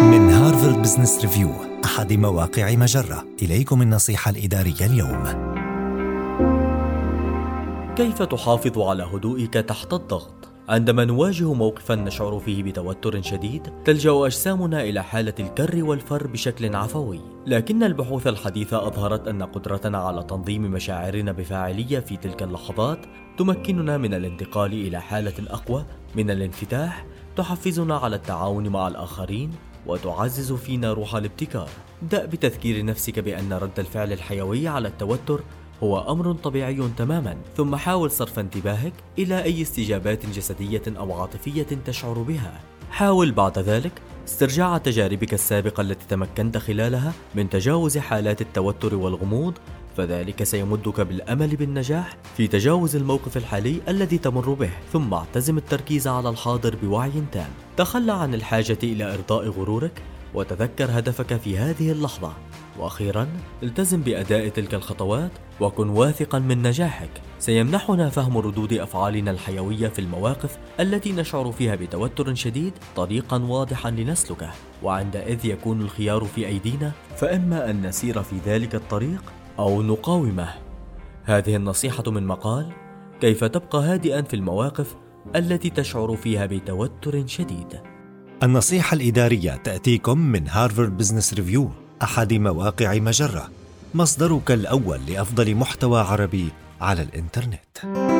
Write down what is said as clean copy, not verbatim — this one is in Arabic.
من هارفارد بزنس ريفيو، أحد مواقع مجرة، إليكم النصيحة الإدارية اليوم. كيف تحافظ على هدوئك تحت الضغط؟ عندما نواجه موقفاً نشعر فيه بتوتر شديد، تلجأ أجسامنا إلى حالة الكر والفر بشكل عفوي، لكن البحوث الحديثة أظهرت أن قدرتنا على تنظيم مشاعرنا بفاعلية في تلك اللحظات تمكننا من الانتقال إلى حالة أقوى من الانفتاح، تحفزنا على التعاون مع الآخرين وتعزز فينا روح الابتكار. ابدأ بتذكير نفسك بأن رد الفعل الحيوي على التوتر هو أمر طبيعي تماما، ثم حاول صرف انتباهك إلى أي استجابات جسدية أو عاطفية تشعر بها. حاول بعد ذلك استرجاع تجاربك السابقة التي تمكنت خلالها من تجاوز حالات التوتر والغموض، فذلك سيمدك بالأمل بالنجاح في تجاوز الموقف الحالي الذي تمر به. ثم اعتزم التركيز على الحاضر بوعي تام، تخلى عن الحاجة إلى إرضاء غرورك وتذكر هدفك في هذه اللحظة. وأخيرا التزم بأداء تلك الخطوات وكن واثقا من نجاحك. سيمنحنا فهم ردود أفعالنا الحيوية في المواقف التي نشعر فيها بتوتر شديد طريقا واضحا لنسلكه، وعندئذ يكون الخيار في أيدينا، فإما أن نسير في ذلك الطريق أو نقاومه. هذه النصيحة من مقال كيف تبقى هادئا في المواقف التي تشعر فيها بتوتر شديد. النصيحة الإدارية تأتيكم من هارفارد بزنس ريفيو، أحد مواقع مجرة، مصدرك الأول لأفضل محتوى عربي على الإنترنت.